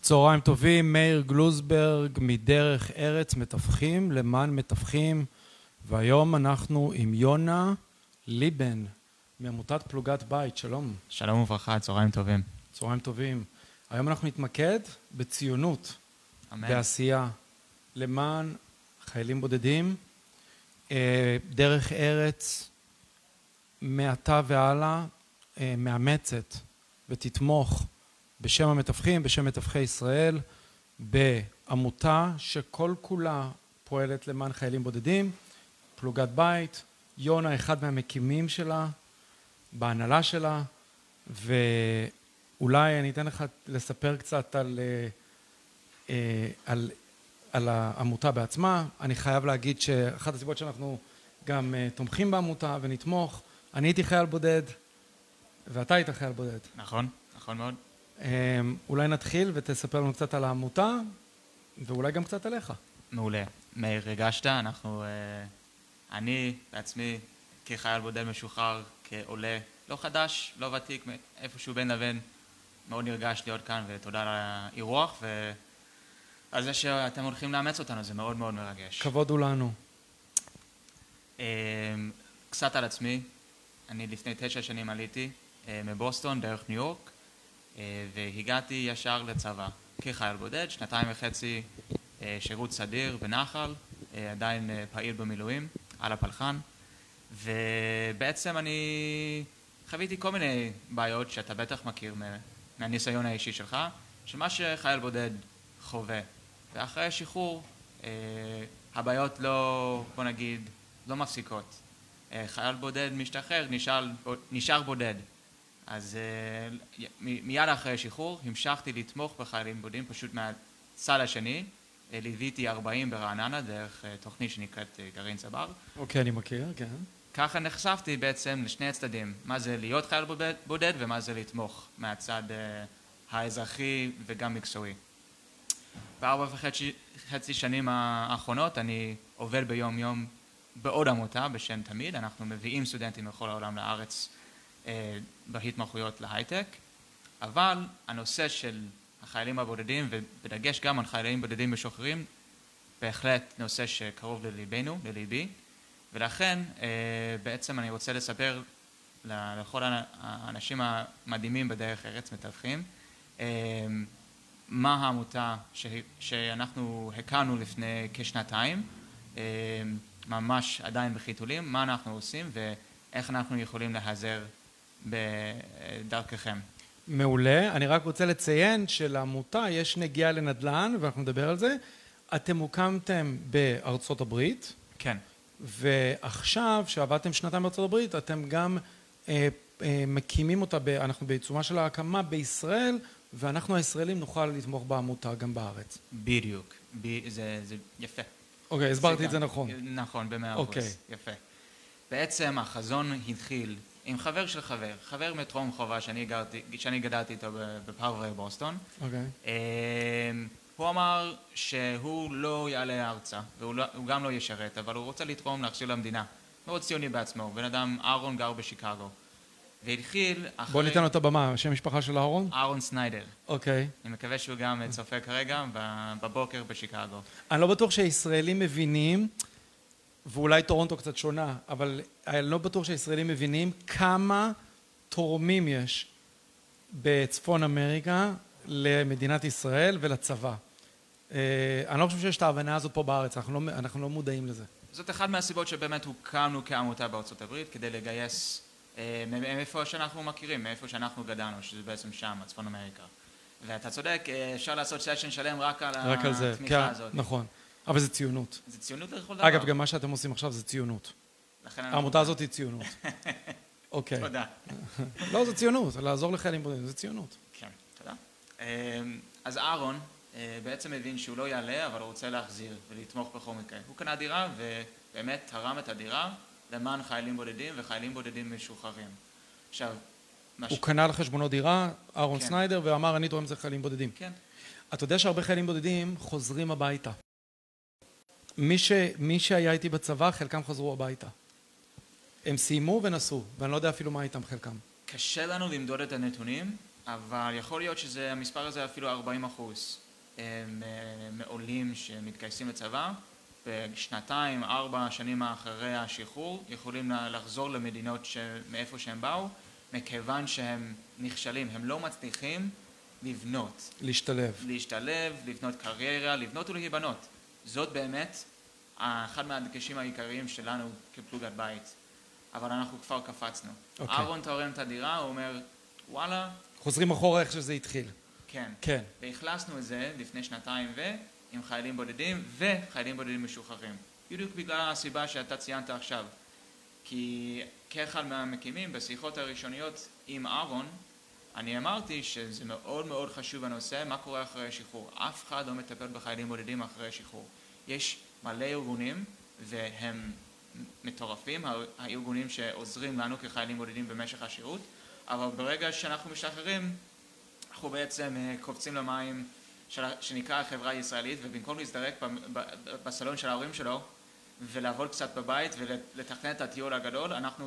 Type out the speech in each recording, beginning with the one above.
צהריים טובים, מאיר גלוזברג מדרך ארץ מתווכים למען מתווכים, והיום אנחנו עם יונה ליבן מעמותת פלוגת בית. שלום. שלום וברכה, צהריים טובים. צהריים טובים. היום אנחנו נתמקד בציונות, אמן. בעשייה למען חיילים בודדים. דרך ארץ מעתה והלאה מאמצת ותתמוך בשם המתווכים, בשם מתווכי ישראל, בעמותה שכל כולה פועלת למען חיילים בודדים, פלוגת בית. יונה אחד מהמקימים שלה, בהנהלה שלה, ואולי אני אתן לך לספר קצת על העמותה בעצמה. אני חייב להגיד שאחת הסיבות שאנחנו גם תומכים בעמותה ונתמוך, אני הייתי חייל בודד ואתה היית חייל בודד. נכון, נכון מאוד. אולי נתחיל ותספר לנו קצת על העמותה ואולי גם קצת עליך. מעולה. מאיר, ריגשת, אני בעצמי כחייל בודד משוחרר, כעולה לא חדש, לא ותיק, איפשהו בין לבין, מאוד נרגש להיות כאן, ותודה על האירוח ועל זה שאתם הולכים לאמץ אותנו, זה מאוד מאוד מרגש. כבוד הוא לנו. קצת על עצמי, אני לפני 9 שנים עליתי מבוסטון דרך ניו יורק, והגעתי ישר לצבא כחייל בודד, 2.5 שירות סדיר בנחל, עדיין פעיל במילואים, על הפלחן, ובעצם אני חוויתי כל מיני בעיות שאתה בטח מכיר מהניסיון האישי שלך, של מה שחייל בודד חווה, ואחרי השחרור הבעיות לא, בוא נגיד, לא מפסיקות. חייל בודד משתחרר, נשאר בודד. אז מיד אחרי השחרור המשכתי לתמוך בחיילים בודדים פשוט מהצד השני. ליוויתי 40 ברעננה דרך תוכנית שנקראת גרעין צבר. אוקיי, אני מכיר, כן. ככה נחשפתי בעצם לשני הצדדים, מה זה להיות חייל בודד ומה זה לתמוך מהצד האזרחי וגם מקצועי. ב4.5 שנים האחרונות אני עובד ביום יום בעוד עמותה בשם תמיד. אנחנו מביאים סטודנטים מכל העולם לארץ בהתמחויות להייטק, אבל הנושא של החיילים הבודדים, ובדגש גם על חיילים בודדים משוחררים, בהחלט נושא שקרוב לליבנו, לליבי, ולכן בעצם אני רוצה לספר לכל האנשים המדהימים בדרך ארץ מתווכים, מה העמותה שאנחנו הקמנו לפני כשנתיים, ממש עדיין בחיתולים, מה אנחנו עושים ואיך אנחנו יכולים להיעזר בדרככם. מעולה. אני רק רוצה לציין שלעמותה יש נגיעה לנדל"ן, ואנחנו נדבר על זה. אתם הוקמתם בארצות הברית. כן. ועכשיו, שעבדתם שנתיים בארצות הברית, אתם גם מקימים אותה, אנחנו בעיצומה של ההקמה בישראל, ואנחנו הישראלים נוכל לתמוך בעמותה גם בארץ. בדיוק. זה יפה. אוקיי, הסברתי את זה נכון. נכון, ב100%. אוקיי. יפה. בעצם החזון התחיל עם חבר של חבר מטרום חובה שאני גדלתי איתו בפרברי בוסטון. אוקיי. הוא אמר שהוא לא יעלה ארצה, והוא גם לא ישרת, אבל הוא רוצה לתרום להחזיר למדינה. מאוד ציוני בעצמו, בן אדם, אהרון גר בשיקגו. והתחיל אחרי... בוא ניתן לו את הבמה, שם משפחה של אהרון? אהרון סניידר. אוקיי. אני מקווה שהוא גם צופה כרגע בבוקר בשיקגו. אני לא בטוח שהישראלים מבינים, ואולי טורונטו קצת שונה, אבל אני לא בטוח שהישראלים מבינים כמה תורמים יש בצפון אמריקה למדינת ישראל ולצבא. אני לא חושב שיש את ההבנה הזאת פה בארץ, אנחנו לא מודעים לזה. זאת אחת מהסיבות שבאמת הוקמנו כעמותה בארצות הברית, כדי לגייס מאיפה שאנחנו מכירים, מאיפה שאנחנו גדלנו, שזה בעצם שם, צפון אמריקה. ואתה צודק, אפשר לעשות סשן שלם רק על התמיכה הזאת. נכון. אבל זה ציונות. זה ציונות לכל דבר. אגב, גם מה שאתם עושים עכשיו זה ציונות. העמותה הזאת היא ציונות. אוקיי. תודה. לא, זה ציונות. לעזור לחיילים בודדים, זה ציונות. כן, תודה. אז אהרון בעצם מבין שהוא לא יעלה, אבל הוא רוצה להחזיר ולתמוך בכל מקרה. הוא קנה דירה ובאמת תרם את הדירה למען חיילים בודדים וחיילים בודדים משוחררים. עכשיו... הוא קנה לחשבונו דירה, אהרון סניידר, ואמר אני תורם את זה חיילים בודדים. כן. אתה יודע שהרבה חיילים בודדים חוזרים הביתה. מי שהיה איתי בצבא, חלקם חזרו הביתה. הם סיימו ונסעו, ואני לא יודע אפילו מה איתם חלקם. קשה לנו למדוד את הנתונים, אבל יכול להיות שהמספר הזה אפילו 40% מעולים שמתגייסים לצבא, בשנתיים, 4 שנים אחרי השחרור, יכולים לחזור למדינות מאיפה שהם באו, מכיוון שהם נכשלים, הם לא מצליחים לבנות. להשתלב, לבנות קריירה, לבנות ולהיבנות. זאת באמת אחד מהדגשים העיקריים שלנו כפלוגת בית. אבל אנחנו כבר קפצנו. אהרון תורם את הדירה, הוא אומר, וואלה... חוזרים אחורה איך שזה התחיל. כן. כן. והכנסנו את זה לפני 2 עם חיילים בודדים וחיילים בודדים משוחררים. בדיוק בגלל הסיבה שאתה ציינת עכשיו. כי כאחד מהמקימים, בשיחות הראשוניות עם אהרון, אני אמרתי שזה מאוד מאוד חשוב הנושא, מה קורה אחרי השחרור. אף אחד לא מטפל בחיילים בודדים אחרי השחרור. יש מלא ארגונים, והם מטורפים, הארגונים שעוזרים לנו כחיילים בודדים במשך השירות, אבל ברגע שאנחנו משחררים, אנחנו בעצם קופצים למים שנקרא החברה הישראלית, ובמקום להזדרק בסלון של ההורים שלו, ולעבוד קצת בבית ולתכנן את הטיול הגדול, אנחנו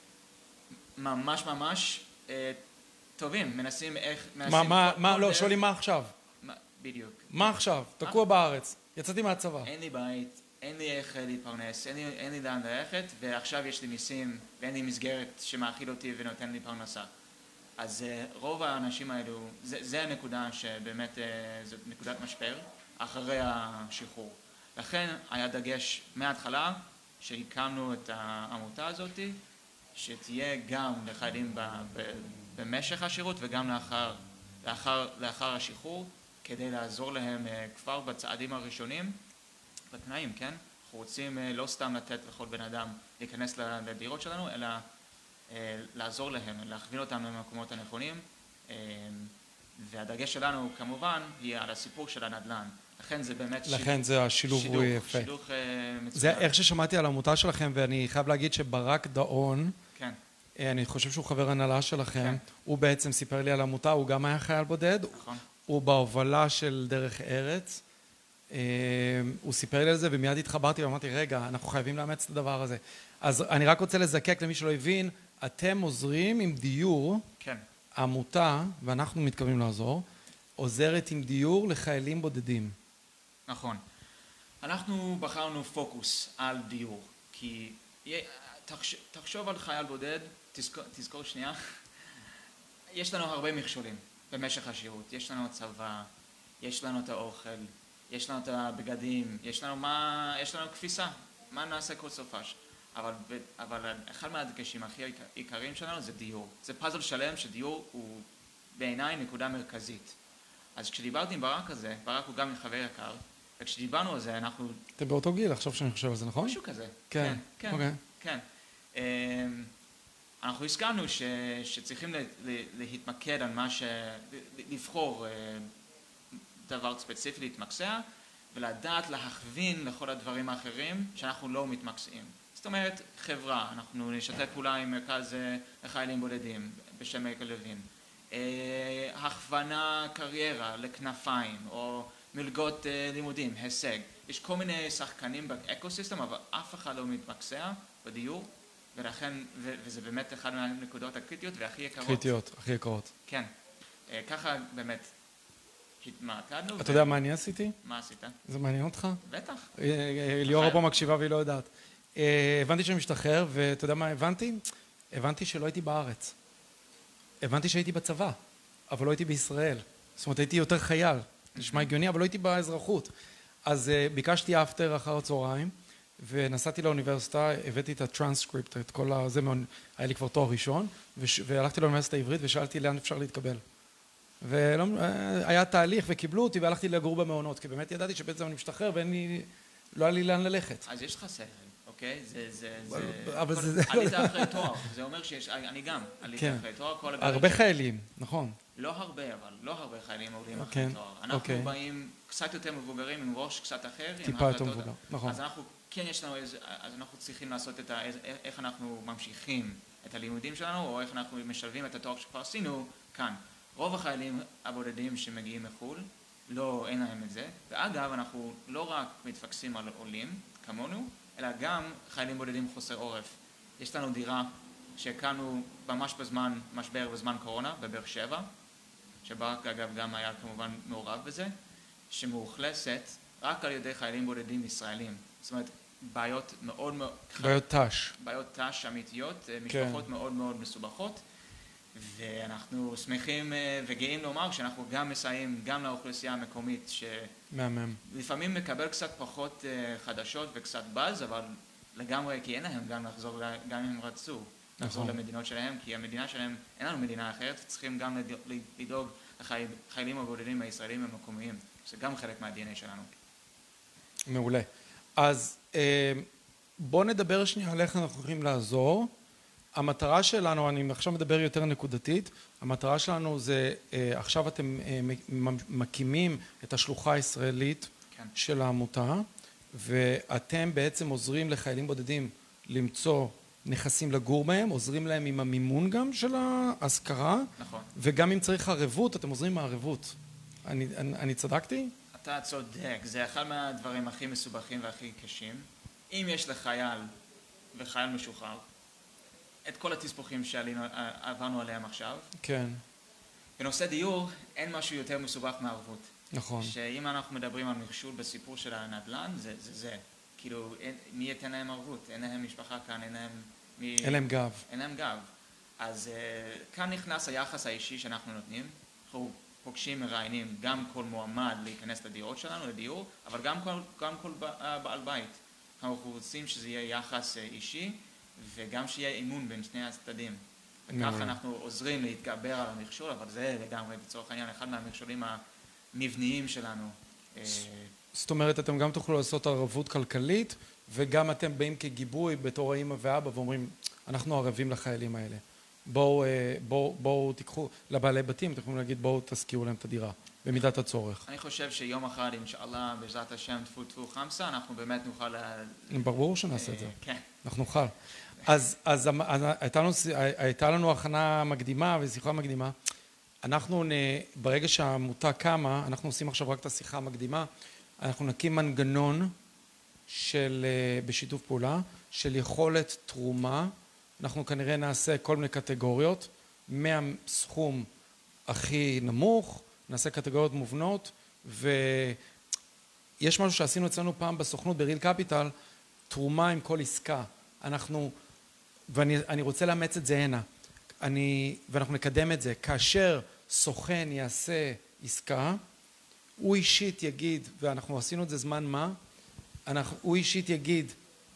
ממש טובים, מנסים איך... לא, שואלים מה עכשיו? בדיוק. מה עכשיו? תקוע בארץ, יצאתי מהצבא. אין לי בית, אין לי איך להתפרנס, אין לי לאן ללכת, ועכשיו יש לי מיסים, ואין לי מסגרת שמאכיל אותי ונותן לי פרנסה. אז רוב האנשים האלו, זה הנקודה שבאמת, זו נקודת משבר, אחרי השחרור. לכן היה דגש מההתחלה, שהקמנו את העמותה הזאת, שתהיה גם לחיילים במשך השירות וגם לאחר השחרור, כדי לעזור להם כבר בצעדים הראשונים, בתנאים, כן? אנחנו רוצים לא סתם לתת לכל בן אדם להיכנס לדירות שלנו, אלא לעזור להם, להכווין אותם למקומות הנכונים, והדגש שלנו כמובן יהיה על הסיפור של הנדל"ן. לכן זה באמת לכן זה השילוב הוא יפה. שילוך מצוין. זה איך ששמעתי על העמותה שלכם, ואני חייב להגיד שברק דאון, כן. אני חושב שהוא חבר הנהלה שלכם, כן. הוא בעצם סיפר לי על העמותה, הוא גם היה חייל בודד, נכון. הוא בהובלה של דרך ארץ, הוא סיפר לי על זה ומיד התחברתי ואמרתי, רגע, אנחנו חייבים לאמץ את הדבר הזה. אז אני רק רוצה לזקק למי שלא הבין, אתם עוזרים עם דיור, כן. העמותה, ואנחנו מתכוונים לעזור, עוזרת עם דיור לחיילים בודדים. נכון. אנחנו בחרנו פוקוס על דיור, כי תחשוב על חייל בודד, תזכור שנייה, יש לנו הרבה מכשולים במשך השירות, יש לנו צבא, יש לנו את האוכל, יש לנו את הבגדים, יש לנו כפיסה, מה נעשה כל סופש. אבל אחד מהדגשים הכי עיקריים שלנו זה דיור. זה פאזל שלם שדיור הוא בעיניי נקודה מרכזית. אז כשדיברתי עם ברק הזה, ברק הוא גם חבר יקר, וכשדיברנו על זה אנחנו... אתם באותו גיל, עכשיו שאני חושב על זה, נכון? משהו כזה. כן, אוקיי. כן. אנחנו הסכמנו שצריכים להתמקד על מה לבחור דבר ספציפי להתמקסע, ולדעת להכווין לכל הדברים האחרים שאנחנו לא מתמקסעים. זאת אומרת, חברה, אנחנו נשתף פעולה עם מרכז לחיילים בודדים בשם מיקל לוין. הכוונה קריירה לכנפיים, או מלגות לימודים, הישג. יש כל מיני שחקנים באקוסיסטם, אבל אף אחד לא מתמקסע בדיור, ולכן, וזה באמת אחד מהנקודות הקריטיות והכי יקרות. קריטיות, הכי יקרות. כן. ככה באמת התמקדנו. אתה יודע מה אני עשיתי? מה עשית? זה מעניין אותך? בטח. ליאורה פה מקשיבה והיא לא יודעת. הבנתי שאני משתחרר, ואתה יודע מה הבנתי? הבנתי שלא הייתי בארץ. הבנתי שהייתי בצבא, אבל לא הייתי בישראל. זאת אומרת, הייתי יותר חייל. נשמע הגיוני, אבל לא הייתי באזרחות. אז ביקשתי אפטר אחר הצהריים, ונסעתי לאוניברסיטה, הבאתי את הטרנסקריפט, את כל הזה, היה לי כבר תואר ראשון, והלכתי לאוניברסיטה העברית ושאלתי לאן אפשר להתקבל. והיה תהליך וקיבלו אותי והלכתי לגור במעונות, כי באמת ידעתי שבעצם אני משתחרר ולא היה לי לאן ללכת. אז יש לך סבל, אוקיי? אבל זה... עלית אחרי תואר, זה אומר שיש... אני גם עליתי אחרי תואר, כל הגלל... הרבה חיילים, נכון. לא הרבה, אבל לא הרבה חיילים עולים אחרי תואר. אנחנו באים קצת יותר מבוגרים, עם ראש קצת אחר. טיפה יותר מבוגר, נכון. אז אנחנו, כן יש לנו איזה... אז אנחנו צריכים לעשות את איך אנחנו ממשיכים את הלימודים שלנו, או איך אנחנו משלבים את התואר שכבר עשינו כאן. רוב החיילים הבודדים שמגיעים מחו"ל, אין להם את זה. ואגב, אנחנו לא רק מתפקסים על עולים, כמונו, אלא גם חיילים בודדים חוסר עורף. יש לנו דירה שהקמנו ממש בזמן משבר, בזמן קורונה, בבאר שבע, שברק אגב גם היה כמובן מעורב בזה, שמאוכלסת רק על ידי חיילים בודדים ישראלים. זאת אומרת, בעיות מאוד מאוד... בעיות ת"ש. בעיות ת"ש אמיתיות, משפחות מאוד מאוד מסובכות, ואנחנו שמחים וגאים לומר שאנחנו גם מסייעים גם לאוכלוסייה המקומית, שלפעמים מקבל קצת פחות חדשות וקצת בז, אבל לגמרי, כי אין להם גם לחזור, גם אם הם רצו, לחזור למדינות שלהם, כי המדינה שלהם, אין לנו מדינה אחרת, צריכים גם לדאוג לחיילים הבודדים הישראלים המקומיים, זה גם חלק מה-DNA שלנו. מעולה. אז בואו נדבר שנייה על איך אנחנו יכולים לעזור. המטרה שלנו, אני עכשיו מדבר יותר נקודתית, המטרה שלנו זה, עכשיו אתם מקימים את השלוחה הישראלית של העמותה, ואתם בעצם עוזרים לחיילים בודדים למצוא נכסים לגור בהם, עוזרים להם עם המימון גם של ההשכרה, נכון. וגם אם צריך ערבות, אתם עוזרים מהערבות. אני צדקתי? אתה צודק, זה אחד מהדברים הכי מסובכים והכי קשים. אם יש לחייל וחייל משוחרר, את כל התסבוכים שעברנו עליהם עכשיו. כן. בנושא דיור, אין משהו יותר מסובך מערבות. נכון. שאם אנחנו מדברים על מכשול בסיפור של הנדל"ן, זה. כאילו, מי ייתן להם ערבות? אין להם משפחה כאן, אין להם... אין להם גב. אין להם גב. אז כאן נכנס היחס האישי שאנחנו נותנים. אנחנו פוגשים, מראיינים גם כל מועמד להיכנס לדירות שלנו, לדיור, אבל גם כל בעל בית. אנחנו רוצים שזה יהיה יחס אישי, וגם שיהיה אימון בין שני הצדדים. וככה אנחנו עוזרים להתגבר על המכשול, אבל זה לגמרי, בצורך העניין, אחד מהמכשולים המבניים שלנו. זאת אומרת, אתם גם תוכלו לעשות ערבות כלכלית, וגם אתם באים כגיבוי בתור האמא ואבא ואומרים, אנחנו ערבים לחיילים האלה. בואו תיקחו לבעלי בתים, אתם יכולים להגיד, בואו תזכירו להם את הדירה, במידת הצורך. אני חושב שיום אחד, אינשאללה, בעזרת השם, טפו טפו חמסה, אנחנו באמת נוכל... ברור שנעשה את זה. כן. אנחנו נוכל. אז הייתה לנו הכנה מקדימה ושיחה מקדימה. אנחנו, ברגע שהעמותה קמה, אנחנו עושים עכשיו רק את השיחה המקדימה, אנחנו נקים מנגנון בשיתוף פעולה, של יכולת תרומה. אנחנו כנראה נעשה כל מיני קטגוריות, מהסכום הכי נמוך, נעשה קטגוריות מובנות, ויש משהו שעשינו אצלנו פעם בסוכנות בריל קפיטל, תרומה עם כל עסקה. ואני רוצה לאמץ את זה הנה, ואנחנו נקדם את זה. כאשר סוכן יעשה עסקה, הוא אישית יגיד, ואנחנו עשינו את זה זמן מה, הוא אישית יגיד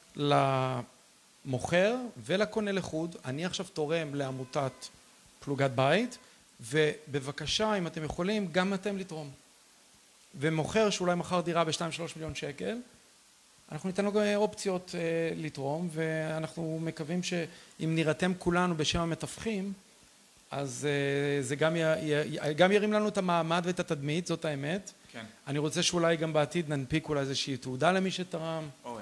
למוכר ולקונה לחוד, אני עכשיו תורם לעמותת פלוגת בית, ובבקשה, אם אתם יכולים, גם אתם לתרום. ומוכר שאולי מחר דירה ב-2-3 מיליון שקל, אנחנו ניתן לו אופציות לתרום, ואנחנו מקווים שאם נירתם כולנו בשם המתווכים, אז זה גם ירים לנו את המעמד ואת התדמית, זאת האמת. כן. אני רוצה שאולי גם בעתיד ננפיק אולי איזושהי תעודה למי שתרם.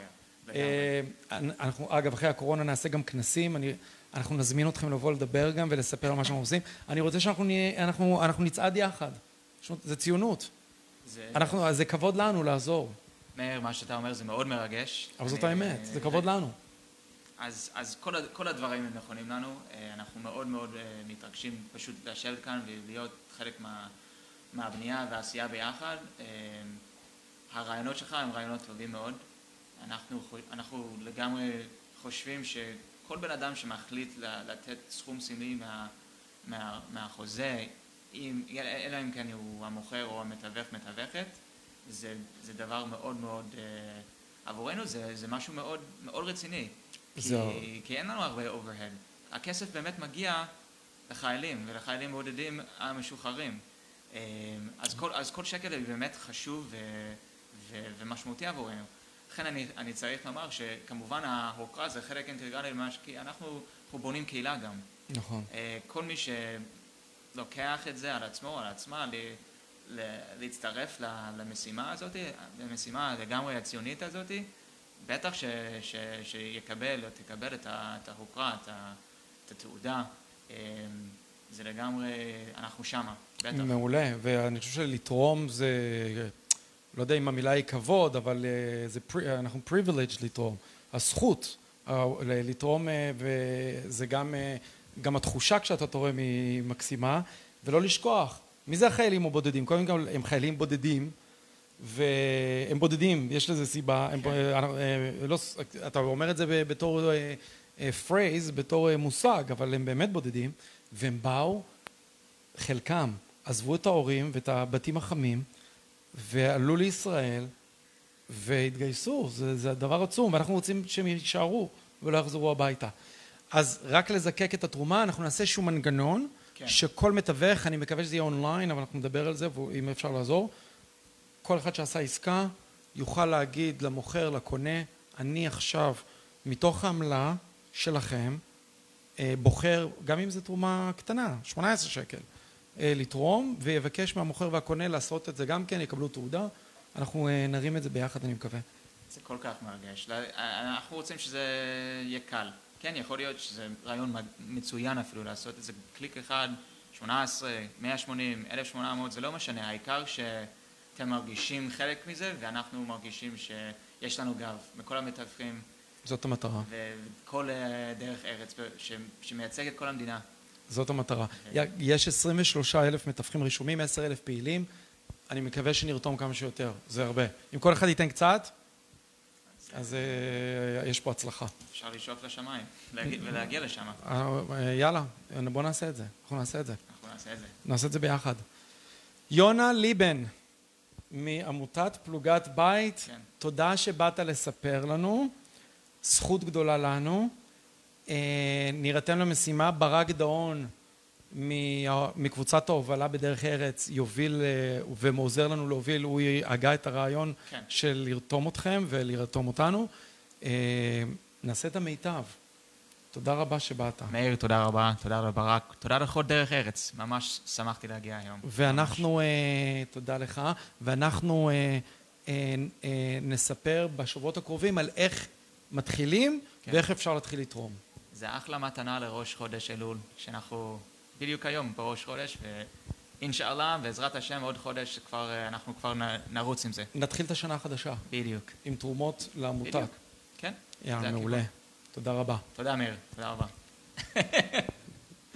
אנחנו, אגב, אחרי הקורונה נעשה גם כנסים, אנחנו נזמין אתכם לבוא לדבר גם ולספר על מה שאנחנו עושים. אני רוצה שאנחנו נצעד יחד. זה ציונות. זה כבוד לנו לעזור. מאיר, מה שאתה אומר זה מאוד מרגש. אבל זאת האמת, זה כבוד לנו. אז כל הדברים הם נכונים לנו. אנחנו מאוד מאוד מתרגשים פשוט לשבת כאן ולהיות חלק מהבנייה והעשייה ביחד. הרעיונות שלך הם רעיונות טובים מאוד. אנחנו לגמרי חושבים שכל בן אדם שמחליט לתת סכום סמלי מהחוזה, אלא אם כן הוא המוכר או המתווך מתווכת, זה דבר מאוד מאוד, עבורנו זה משהו מאוד מאוד רציני, כי אין לנו הרבה אוברהד. הכסף באמת מגיע לחיילים ולחיילים בודדים המשוחררים. אז כל שקל הוא באמת חשוב ומשמעותי עבורנו. לכן אני צריך לומר שכמובן ההוקרה זה חלק אינטגרלי למה כי אנחנו בונים קהילה גם. נכון. כל מי שלוקח את זה על עצמו, על עצמה, להצטרף למשימה הזאת, למשימה לגמרי הציונית הזאת, בטח שיקבל או תקבל את ההוקרה, את התעודה, זה לגמרי, אנחנו שמה, בטח. מעולה, ואני חושב שלתרום זה, לא יודע אם המילה היא כבוד, אבל אנחנו privileged לתרום. הזכות לתרום, וזה גם התחושה כשאתה תורם היא מקסימה, ולא לשכוח, מי זה החיילים הבודדים? קודם כל הם חיילים בודדים, והם בודדים, יש לזה סיבה, אתה אומר את זה בתור פרייז, בתור מושג, אבל הם באמת בודדים, והם באו, חלקם עזבו את ההורים ואת הבתים החמים, ועלו לישראל, והתגייסו, זה הדבר עצום, ואנחנו רוצים שהם יישארו ולא יחזרו הביתה. אז רק לזקק את התרומה, אנחנו נעשה איזשהו מנגנון, שכל מתווך, אני מקווה שזה יהיה אונליין, אבל אנחנו נדבר על זה, ואם אפשר לעזור, כל אחד שעשה עסקה יוכל להגיד למוכר, לקונה, אני עכשיו, מתוך העמלה שלכם, בוחר, גם אם זו תרומה קטנה, 18 שקל, לתרום, ויבקש מהמוכר והקונה לעשות את זה גם כן, יקבלו תעודה, אנחנו נרים את זה ביחד, אני מקווה. זה כל כך מרגש. אנחנו רוצים שזה יהיה קל. כן, יכול להיות שזה רעיון מצוין אפילו לעשות איזה קליק אחד, 18, 180, 1800, זה לא משנה. העיקר שאתם מרגישים חלק מזה, ואנחנו מרגישים שיש לנו גב מכל המתווכים. זאת המטרה. וכל דרך ארץ שמייצג את כל המדינה. זאת המטרה. יש 23,000 מתווכים רשומים, 10,000 פעילים. אני מקווה שנרתום כמה שיותר. זה הרבה. אם כל אחד ייתן קצת, אז יש פה הצלחה. אפשר לשאוף לשמיים ולהגיע לשם. יאללה, בוא נעשה את זה. אנחנו נעשה את זה. אנחנו נעשה את זה. נעשה את זה ביחד. יונה ליבן, מעמותת פלוגת בית, תודה שבאת לספר לנו. זכות גדולה לנו. נראיתם למשימה. ברק דאון מקבוצת ההובלה בדרך ארץ יוביל ומעוזר לנו להוביל, הוא הגה את הרעיון של לרתום אתכם ולרתום אותנו. נעשה את המיטב. תודה רבה שבאת. מאיר, תודה רבה, תודה לברק, תודה לכל דרך ארץ, ממש שמחתי להגיע היום. ואנחנו, תודה לך, ואנחנו נספר בשבועות הקרובים על איך מתחילים ואיך אפשר להתחיל לתרום. זה אחלה מתנה לראש חודש אלול, שאנחנו בדיוק היום בראש חודש, ואינשאללה, בעזרת השם, עוד חודש אנחנו כבר נרוץ עם זה. נתחיל את השנה החדשה. בדיוק. עם תרומות לעמותה. בדיוק, כן. יאללה, מעולה. תודה רבה. תודה, מאיר. תודה רבה.